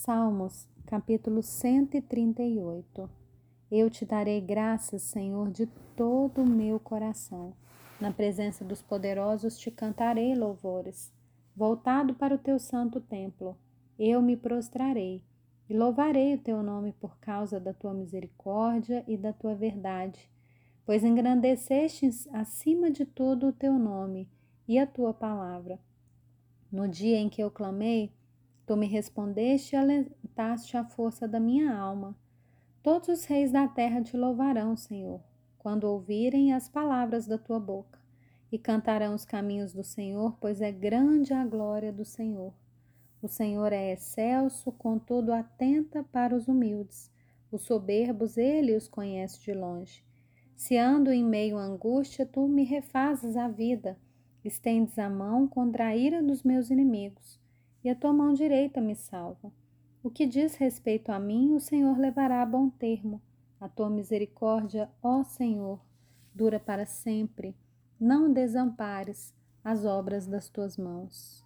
Salmos, capítulo 138. Eu te darei graças, Senhor, de todo o meu coração. Na presença dos poderosos te cantarei louvores. Voltado para o teu santo templo, eu me prostrarei e louvarei o teu nome por causa da tua misericórdia e da tua verdade, pois engrandeceste acima de tudo o teu nome e a tua palavra. No dia em que eu clamei, tu me respondeste e alentaste a força da minha alma. Todos os reis da terra te louvarão, Senhor, quando ouvirem as palavras da tua boca, e cantarão os caminhos do Senhor, pois é grande a glória do Senhor. O Senhor é excelso, contudo atenta para os humildes. Os soberbos ele os conhece de longe. Se ando em meio à angústia, tu me refazes a vida. Estendes a mão contra a ira dos meus inimigos, e a tua mão direita me salva. O que diz respeito a mim, o Senhor levará a bom termo. A tua misericórdia, ó Senhor, dura para sempre. Não desampares as obras das tuas mãos.